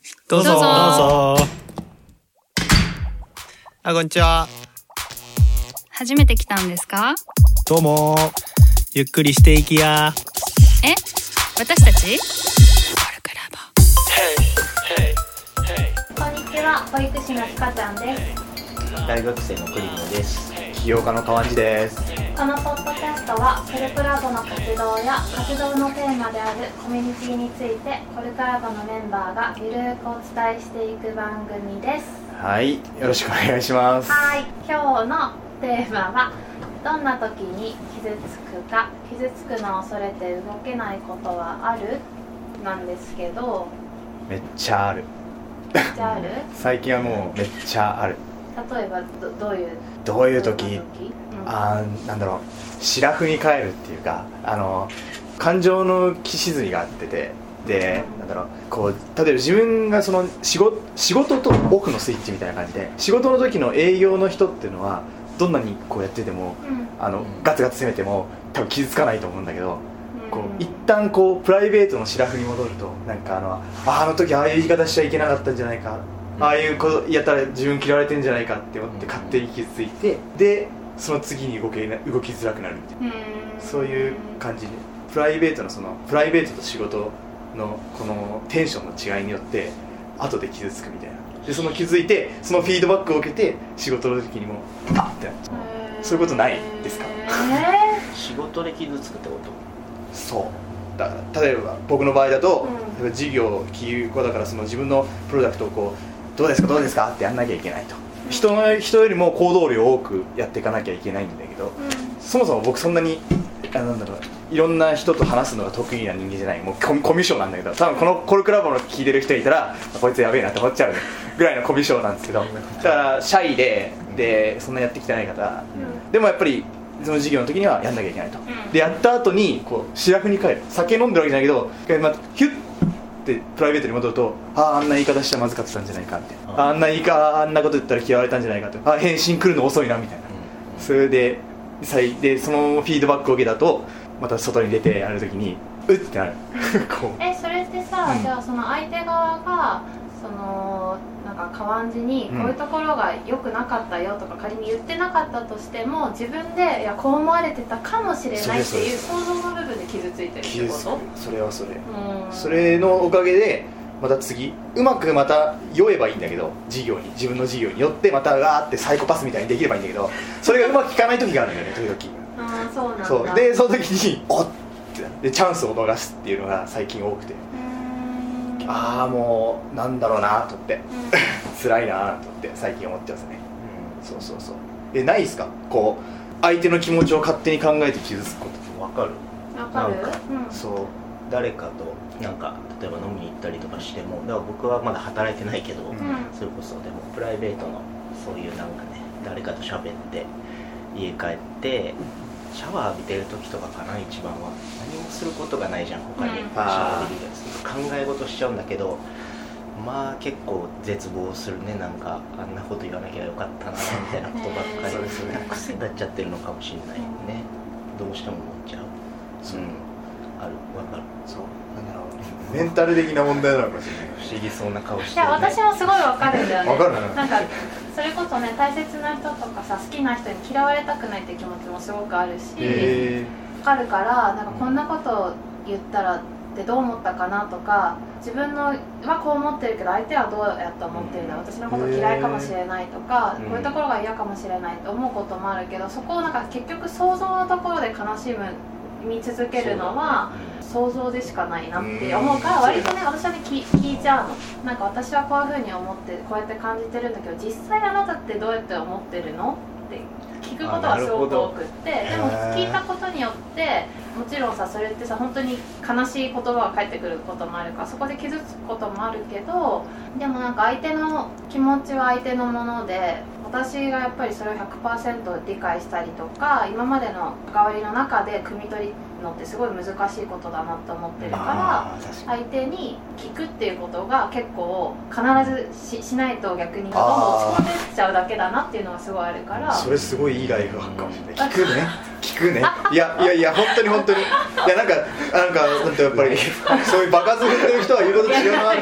どうぞ。あ、こんにちは。 初めて来たんですか？ どうも。ゆっくりしていきや。 私たち？ こんにちは、保育士のちかちゃんです。 大学生のクリノです。 起業家の川地です。 このポッドキャストはコルクラボの活動や活動のテーマであるコミュニティについてコルクラボのメンバーがゆるーくお伝えしていく番組です。 はい、よろしくお願いします。 はい、今日のテーマはどんな時に傷つくか、傷つくのを恐れて動けないことはある？なんですけど、 めっちゃある。 めっちゃある？ 最近はもうめっちゃある。 例えばどういう時？ なんだろう、シラフに帰るっていうか、感情の騎士髄があってて、で、なんだろう、こう例えば自分がその仕事とオフのスイッチみたいな感じで、仕事の時の営業の人っていうのはどんなにこうやってても、ガツガツ攻めても多分傷つかないと思うんだけど、こう一旦こうプライベートのシラフに戻ると、なんかあの時ああいう言い方しちゃいけなかったんじゃないか、ああいうことやったら自分嫌われてんじゃないかって思って勝手に傷ついて、でその次に動きづらくなるみたいな、そういう感じで、プライベートと仕事のこのテンションの違いによって後で傷つくみたいな。でその気づいてそのフィードバックを受けて仕事の時にもパッってなっちゃう。そういうことないですか？ 仕事で傷つくってこと？ そうだから、例えば僕の場合だと、例えば事業起業だから、その自分のプロダクトをこうどうですかってやんなきゃいけないと、人よりも行動量を多くやっていかなきゃいけないんだけど、そもそも僕そんなにいろんな人と話すのが得意な人間じゃない、もうコミュ障なんだけど、多分このコルクラボの聞いてる人いたらこいつやべえなって思っちゃうぐらいのコミュ障なんですけど、だからシャイでそんなやってきてない方、でもやっぱりその授業の時にはやんなきゃいけないと、でやった後にこうシラフに帰る、酒飲んでるわけじゃないけど、ヒュッてプライベートに戻ると、あんな言い方しちゃまずかったんじゃないかみたいな、あんなこと言ったら嫌われたんじゃないかと、返信来るの遅いなみたいな、それでそのフィードバックを受けたと、また外に出てやるときにうってなるこうそれってさ、じゃあその相手側がなんか川んじにこういうところが良くなかったよとか仮に言ってなかったとしても、自分でいやこう思われてたかもしれないっていう想像の部分で傷ついてるってこと？ それのおかげでまた次うまくまた酔えばいいんだけど、自分の事業によってまたガーってサイコパスみたいにできればいいんだけど、それがうまくいかない時があるんだよね、時々。 そうなんだ。 そうで、その時におっってチャンスを逃すっていうのが最近多くて、もうなんだろうなと思って、辛いなと思って最近思ってますね。そうないですか、こう相手の気持ちを勝手に考えて傷つくこと。 わかる。 そう、 誰かとなんか例えば飲みに行ったりとかしても、だから僕はまだ働いてないけど、それこそでもプライベートのそういうなんかね、誰かと喋って家帰ってシャワー浴びてる時とかかな、一番は何もすることがないじゃん、他にシャワーできるやつとか考え事しちゃうんだけど、まあ結構絶望するね。なんかあんなこと言わなきゃよかったなみたいなことばっかりですね。癖になっちゃってるのかもしれないね。どうしても思っちゃう。ある、わかる。 そう、なんだろう、メンタル的な問題なのかもしれない。 不思議そうな顔してる、ね。いや、私もすごいわかるんだよね。 わかるなんかそれこそね、大切な人とかさ、好きな人に嫌われたくないっていう気持ちもすごくあるし、わかるから、なんかこんなこと言ったらってどう思ったかなとか、自分のはこう思ってるけど相手はどうやって思ってるんだ、私のこと嫌いかもしれないとか、こういうところが嫌かもしれないと思うこともあるけど、そこをなんか結局想像のところで悲しみ続けるのは想像でしかないなって思うから、割とね、私はね聞いちゃうの。なんか私はこういう風に思ってこうやって感じてるんだけど、実際あなたってどうやって思ってるのって聞くことはすごく多くって、でも聞いたことによってもちろんさ、それってさ本当に悲しい言葉が返ってくることもあるから、そこで傷つくこともあるけど、でもなんか相手の気持ちは相手のもので、私がやっぱりそれを 100% 理解したりとか、今までの関わりの中で汲み取りのってすごい難しいことだなと思ってるから、相手に聞くっていうことが結構必ず しないと逆にどんどん落ち込んでっちゃうだけだなっていうのがすごいあるから、 それすごいいいライフハックかもしれない。聞聞くね。いや本当にいやなんかやっぱりそういう爆発振ってる人は言うこと違うなって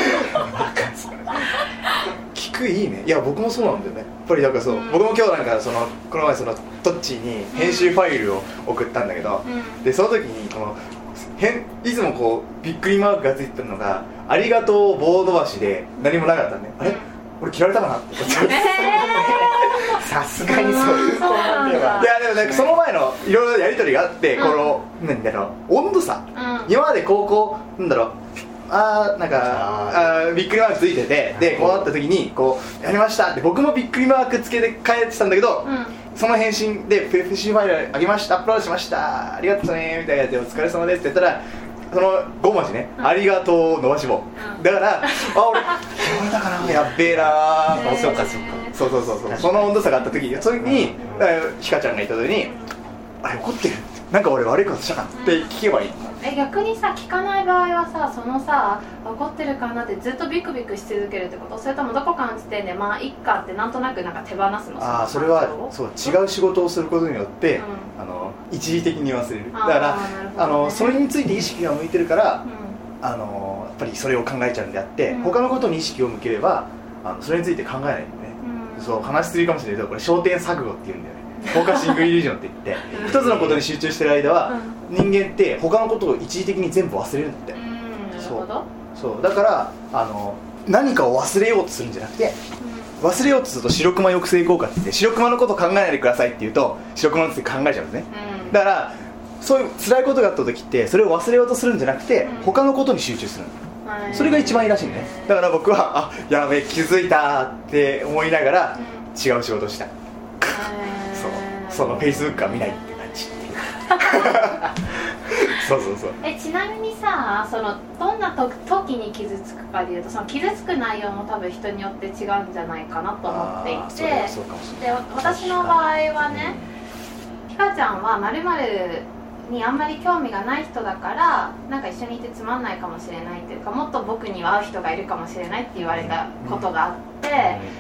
聞くいいね。いや僕もそうなんだよね。やっぱりなんかそう、僕も今日なんかこの前トッチーに編集ファイルを送ったんだけど、でその時にいつもこうびっくりマークがついてるのがありがとう棒伸ばしで何もなかったんで、あれ俺切られたかなって思ってさすがにそうなんだ。 いやでもなんかその前のいろいろやり取りがあって、このなんだろう温度差、今までなんだろうなんかびっくりマークついてて、でこうなった時にこうやりましたって僕もびっくりマークつけて帰ってたんだけど、その返信で編集ファイルあげました、アップロードしました、ありがとうねみたいなやつでお疲れ様ですって言ったら、その5文字ね、ありがとう伸ばし棒、だから俺拾われたかな、やっべえなー、そうかそうその温度差があった時にひかちゃんが言った時にあれ怒ってる、なんか俺悪いことしたかって聞けばいい。 逆にさ聞かない場合はさ、そのさ怒ってるかなってずっとビクビクし続けるってこと？それともどこかの時点でまあいっかってなんとなくなんか手放すの？ それはそう違う仕事をすることによって、一時的に忘れる。だからそれについて意識が向いてるから、やっぱりそれを考えちゃうんであって、他のことに意識を向ければそれについて考えないんだよね。そう話しすぎかもしれないけど、これ焦点錯誤っていうんだよね。フォーカッシングイリュージョンって言って一つのことに集中してる間は、人間って他のことを一時的に全部忘れるんだって。そうだから何かを忘れようとするんじゃなくて、忘れようとすると白熊抑制効果って言って、白熊のことを考えないでくださいって言うと白熊のこと考えちゃうんですね。だからそういう辛いことがあった時ってそれを忘れようとするんじゃなくて、他のことに集中するの。それが一番いいらしいね。だから僕はやべえ気づいたって思いながら違う仕事をした。その Facebook は見ないって感じそうちなみにさ、どんな時に傷つくかでいうと、その傷つく内容も多分人によって違うんじゃないかなと思っていて、で私の場合はね、ひかちゃんは〇〇にあんまり興味がない人だからなんか一緒にいてつまんないかもしれないっていうか、もっと僕には合う人がいるかもしれないって言われたことがあって、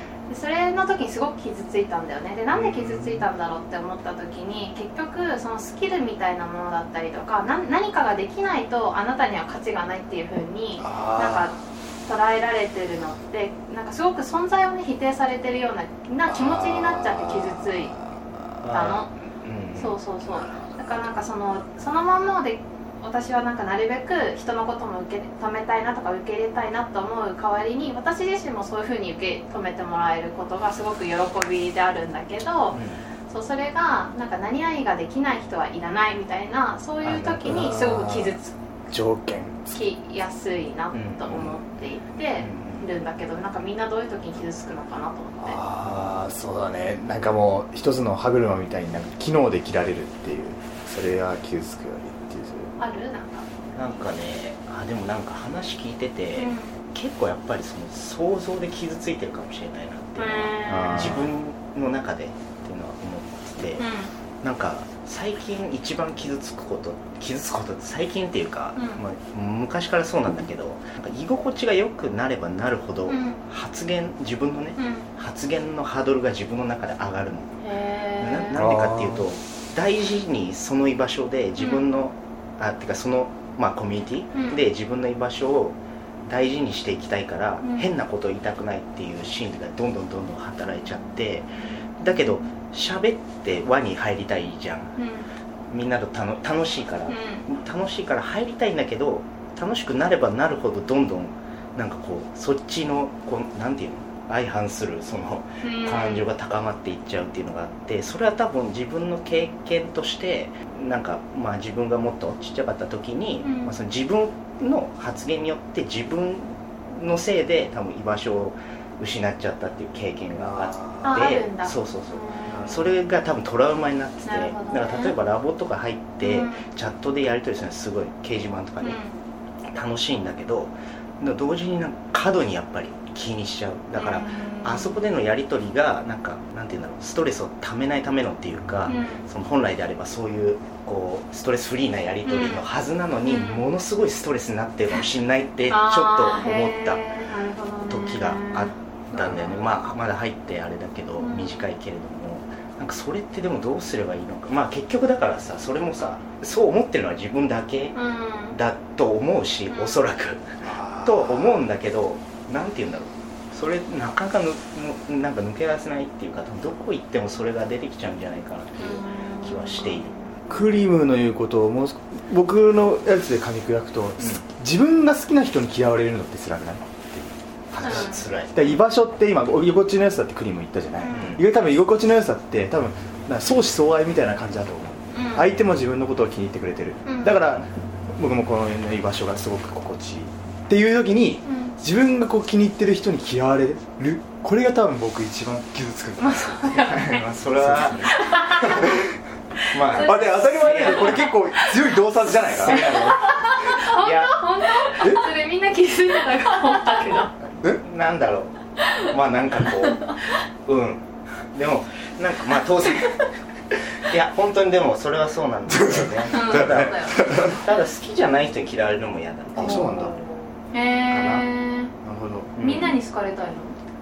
それの時にすごく傷ついたんだよね。でなんで傷ついたんだろうって思った時に、結局そのスキルみたいなものだったりとか、何かができないとあなたには価値がないっていう風になんか捉えられてるのって、なんかすごく存在をね否定されてるような気持ちになっちゃって傷ついたの。そうだからなんかそのまんまで私はなんかなるべく人のことも受け止めたいなとか受け入れたいなと思う代わりに、私自身もそういう風に受け止めてもらえることがすごく喜びであるんだけど、それがなんか何々ができない人はいらないみたいな、そういう時にすごく傷つきやすいなと思っていてるんだけど、なんかみんなどういう時に傷つくのかなと思って。 そうだね。なんかもう一つの歯車みたいになんか機能で切られるっていう、それは傷つくよねっていう。 ある？ なんかね、でもなんか話聞いてて、結構やっぱりその想像で傷ついてるかもしれないなっていうのは自分の中でっていうのは思ってて、なんか最近一番傷つくことって最近っていうか、昔からそうなんだけど、なんか居心地が良くなればなるほど、自分のね、発言のハードルが自分の中で上がるの。なんでかっていうと、大事にその居場所で自分の、ってかそのコミュニティで自分の居場所を大事にしていきたいから、変なことを言いたくないっていう心理がどんどん働いちゃって、だけど喋って輪に入りたいじゃん、みんなと楽しいから入りたいんだけど、楽しくなればなるほどどんどんなんかこうそっちのなんていうの、相反するその感情が高まっていっちゃうっていうのがあって、それは多分自分の経験としてなんか自分がもっとちっちゃかった時に、その自分の発言によって自分のせいで多分居場所を失っちゃったっていう経験があって、それが多分トラウマになってて、だから例えばラボとか入ってチャットでやり取りするのはすごい掲示板とかで楽しいんだけど、同時になんか過度にやっぱり気にしちゃう。だからあそこでのやり取りがなんていうんだろう、ストレスをためないためのっていうか、その本来であればそういうストレスフリーなやり取りのはずなのに、ものすごいストレスになってるかもしれないってちょっと思った時があったんだよね。まだ入ってあれだけど、短いけれども、 なんかそれってでもどうすればいいのか。まあ結局だからさ、それもさ、そう思ってるのは自分だけだと思うし、おそらくと思うんだけど、なんて言うんだろう、それなかなかなんか抜け出せないっていうか、どこ行ってもそれが出てきちゃうんじゃないかなっていう気はしている。 クリムの言うことを僕のやつで噛み砕くと、自分が好きな人に嫌われるのって辛くない辛い。 だ居場所って今居心地の良さってクリム言ったじゃない、意外に多分居心地の良さって多分相思相愛みたいな感じだと思う、相手も自分のことを気に入ってくれてる、だから僕もこの居場所がすごく心地いいっていう時に、自分がこう気に入ってる人に嫌われる、これが多分僕一番傷つく。 まあそれはまあで当たり前だけどこれ結構強い洞察じゃないかな。 本当それみんな気づいてたか思ったけどなんだろう、まあなんかこうでもなんかまあ当然いや本当にでもそれはそうなんですよねただ好きじゃない人に嫌われるのも嫌だ。 あ、そうなんだ。 なるほど。 みんなに好かれたいの？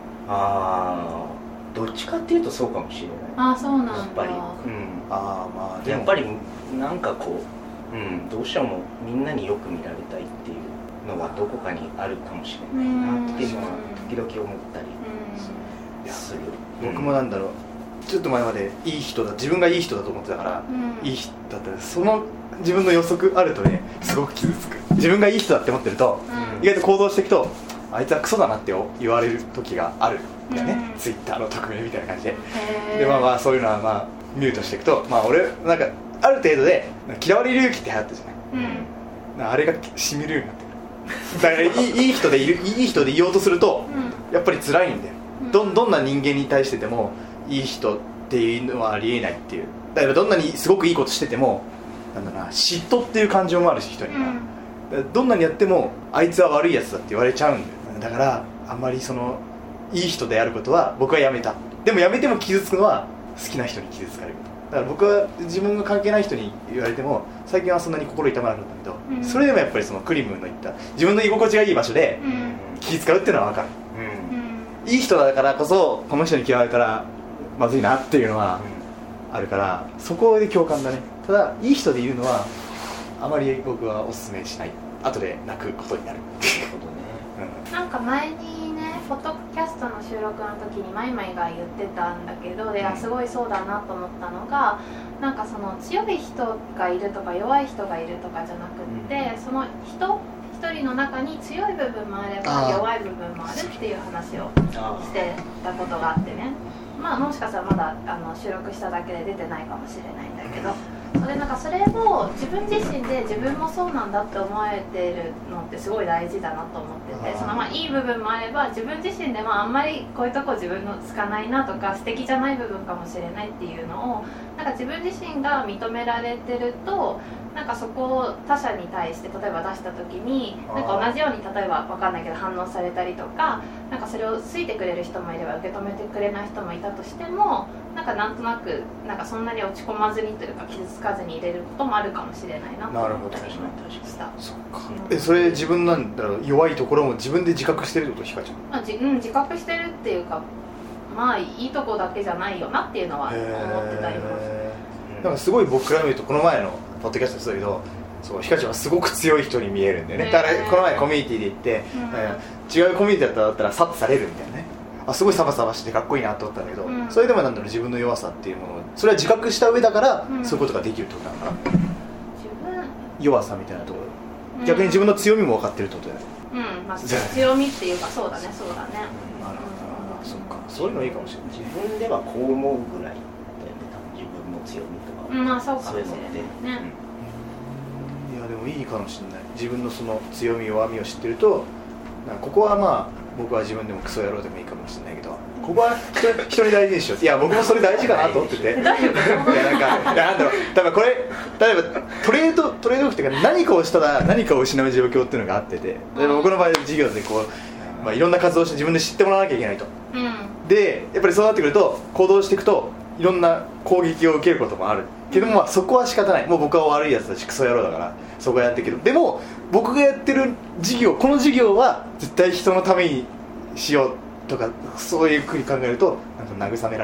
どっちかっていうとそうかもしれない。 そうなんだ。 やっぱりまあやっぱりなんかこうどうしてもみんなによく見られたいっていうのはどこかにあるかもしれないなっていうのは時々思ったりする。 僕もなんだろう、ちょっと前までいい人だ、自分がいい人だと思ってたから、いい人だったらその自分の予測あるとね、すごく傷つく。自分がいい人だって思ってると、意外と行動していくとあいつはクソだなって言われる時があるんだよね、ツイッターの匿名みたいな感じで。でまあそういうのはまあミュートしていくと、まあ俺なんかある程度で嫌われる勇気って流行ったじゃない、あれがしみるようになってくる。だからいい人でいようとすると、やっぱり辛いんだよ。どんな人間に対してでもいい人っていうのはありえないっていう。だからどんなにすごくいいことしてても、なんだろうな、嫉妬っていう感情もあるし、人には、どんなにやってもあいつは悪いやつだって言われちゃうんだよ。だからあんまりそのいい人であることは僕はやめた。でもやめても傷つくのは好きな人に傷つかれる。だから僕は自分が関係ない人に言われても最近はそんなに心痛まなかったけど、それでもやっぱりそのクリムの言った自分の居心地がいい場所で気使うっていうのは分かる、いい人だからこそこの人に嫌われたらまずいなっていうのはあるから、そこで共感だね。ただいい人でいるのはあまり僕はおすすめしない。後で泣くことになる。 なんか前にね、ポッドキャストの収録の時にマイマイが言ってたんだけど、すごいそうだなと思ったのが、なんかその強い人がいるとか弱い人がいるとかじゃなくって、その一人の中に強い部分もあれば弱い部分もあるっていう話をしてたことがあってね。まあもしかしたらまだ収録しただけで出てないかもしれないんだけど、それを自分自身で自分もそうなんだって思えてるのってすごい大事だなと思ってて、そのまあいい部分もあれば自分自身でもあんまりこういうとこ自分のつかないなとか素敵じゃない部分かもしれないっていうのをなんか自分自身が認められてると、なんかそこを他者に対して例えば出した時になんか同じように例えば分かんないけど反応されたりとか、なんかそれを好いてくれる人もいれば受け止めてくれない人もいたとしても、なんとなくなんかそんなに落ち込まずにというか傷つかずに入れることもあるかもしれないなと思ったりした。 そっか。それ自分なんだろう、弱いところも自分で自覚してるってこと？ひかちゃん。 自覚してるっていうか、まあいいとこだけじゃないよなっていうのは思ってたりも。 なんかすごい僕から見るとこの前のポッドキャストですけど、そうひかちゃんはすごく強い人に見えるんだよね。だからこの前コミュニティで行って、違うコミュニティだったらサッとされるみたいなね。すごいサバサバしてかっこいいなと思ったんだけど、それでもなんだろう、自分の弱さっていうものをそれは自覚した上だから、そういうことができるってことなのかな。弱さみたいなところ、逆に自分の強みも分かってるってことだよね。 まあ強みっていうかそうだね。 そっか、そういうのいいかもしれない。 自分ではこう思うぐらいだよね、自分の強みとか。 まあそうかもしれないね。 いやでもいいかもしれない。自分のその強み弱みを知ってると、ここはまあ僕は自分でもクソ野郎でもいいかもしれないけど、ここは人に大事にしよう。いや僕もそれ大事かなと思ってて。いやなんだろう、多分これ例えばトレードオフっていうか、何かをしたら何かを失う状況っていうのがあってて、僕の場合授業でこう、いろんな活動をして自分で知ってもらわなきゃいけないと。でやっぱりそうなってくると行動していくといろんな攻撃を受けることもあるけども、そこは仕方ない。もう僕は悪いやつだしクソ野郎だからそこはやってるけど、でも僕がやってるこの授業は絶対人のためにしようとか、そういうふうに考えるとなんか慰められるみたいな。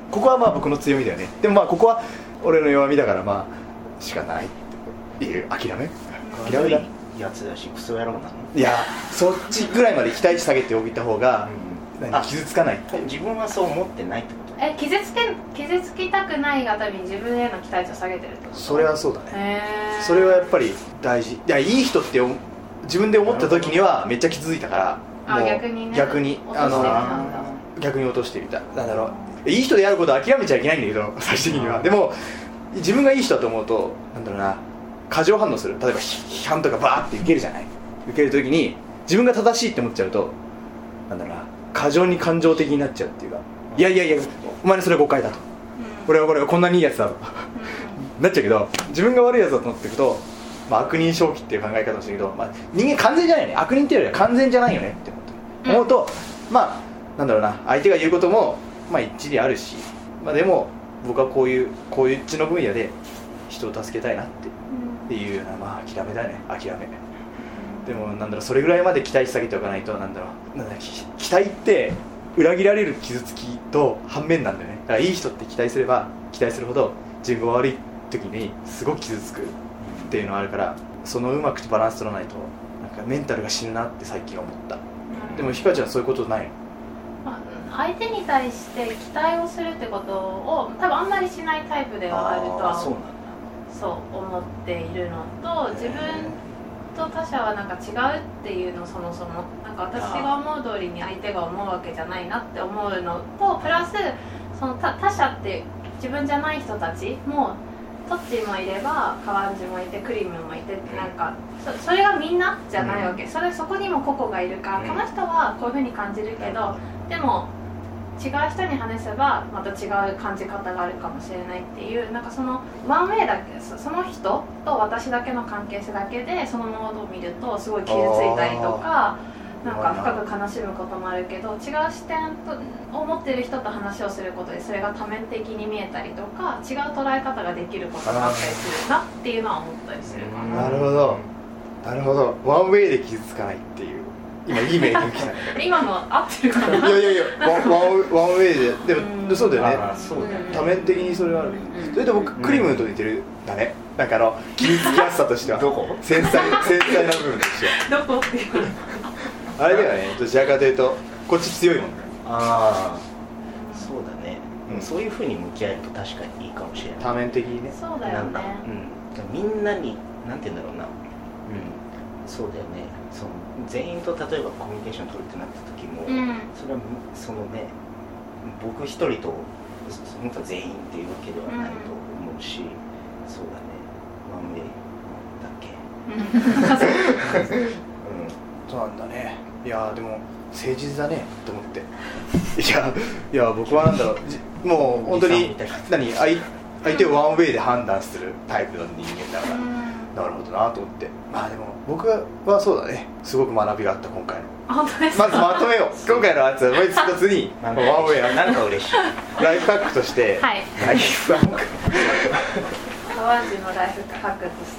ここはまあ僕の強みだよね、でもまあここは俺の弱みだからまあしかないっていう諦めだやつだしクソ野郎なの。 いやそっちぐらいまで期待値下げておいた方が、傷つかないって。 自分はそう思ってないってこと？ 傷つきたくないがために自分への期待値を下げてるってこと？ それはそうだね。それはやっぱり大事。いやいい人って自分で思った時にはめっちゃ気づいたから、もう逆に落としてみた。なんだろう、いい人であることは諦めちゃいけないんだけど最終的には。でも自分がいい人だと思うとなんだろうな、過剰反応する。例えば批判とかバーって受けるじゃない。受ける時に自分が正しいって思っちゃうとなんだろうな、過剰に感情的になっちゃうっていうか、いやお前のそれは誤解だと、俺はこんなにいいやつだとなっちゃうけど、自分が悪いやつだと思っていくと、まあ、悪人正気っていう考え方をしてるけど、まあ、人間完全じゃないよね、悪人っていうよりは完全じゃないよねって思うと、まあなんだろうな、相手が言うこともまあ一理あるし、まあ、でも僕はこういう血の分野で人を助けたいなっていうような、まあ諦めだよね、諦め。でもなんだろう、それぐらいまで期待下げておかないと、期待って裏切られる傷つきと反面なんだよね。だからいい人って期待すれば期待するほど自分が悪い時にすごく傷つくっていうのがあるから、そのうまくバランス取らないとなんかメンタルが死ぬなって最近思った。でもひかちゃんはそういうことないの？ 相手に対して期待をするってことを多分あんまりしないタイプではあるとはそう思っているのと、自分と他者はなんか違うっていうのをそもそもなんか私が思う通りに相手が思うわけじゃないなって思うのと、プラスその他者って自分じゃない人たちもトッチーもいればカワンジもいてクリームもいてって、なんかそれがみんなじゃないわけ、そこにも個々がいるから、この人はこういう風に感じるけどでも違う人に話せばまた違う感じ方があるかもしれないっていう、なんかそのワンウェイだけ、その人と私だけの関係性だけでそのモードを見るとすごい傷ついたりとか、なんか深く悲しむこともあるけど、違う視点を持っている人と話をすることでそれが多面的に見えたりとか、違う捉え方ができることがあったりするなっていうのは思ったりするかな。 なるほどワンウェイで傷つかないっていう、今いいメール来たね今の合ってるかな。 いやワンウェイでもそうだよね、多面的にそれはある。それと僕クリムと似てるだね、なんか傷つきやすさとしてはどこ繊細な部分としてどこっていうあれだよね、どちらかというとこっち強いもんね。 そうだね、そういう風に向き合えると確かにいいかもしれない。 多面的にね。 そうだよね。 みんなになんて言うんだろうな、そうだよね。その全員と例えばコミュニケーション取るってなった時も、それはそのね、僕一人と本当は全員っていうわけではないと思うし、そうだね、ワンウェイだっけ。 そうなんだね。いやでも誠実だねと思って。いや僕はなんだろう、もう本当に相手をワンウェイで判断するタイプの人間だから、なるほどなと思って。まあでも僕はそうだね、すごく学びがあった今回の。 本当ですか？ まずまとめよう。今回のやつはもう一つにワンウェイなんか嬉しいライフハックとして、 はい、 ライフハックカワンジのライフハックとして、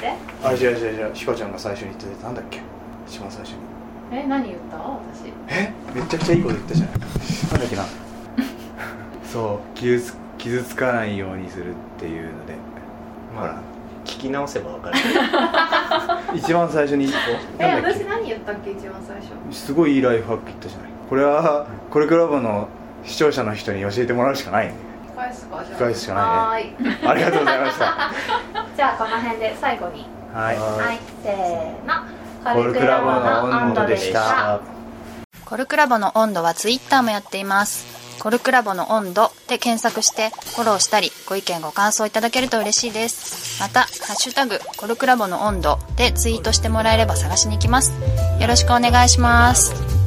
違うひかちゃんが最初に言ってたなんだっけ、一番最初に何言った私。 めちゃくちゃいいこと言ったじゃない。なんだっけなそう傷つかないようにするっていうので、 ほら聞き直せば分かる一番最初に私何言ったっけ、一番最初。 すごいいいライフハック言ったじゃない。これはコルクラボの視聴者の人に教えてもらうしかないね。 返すか、じゃあ。 返すしかないね。ありがとうございましたじゃあこの辺で最後に、 はい、 せーの、 コルクラボの温度でした。 コルクラボの温度はツイッターもやっています。コルクラボの温度で検索してフォローしたり、ご意見ご感想いただけると嬉しいです。またハッシュタグコルクラボの温度でツイートしてもらえれば探しに行きます。よろしくお願いします。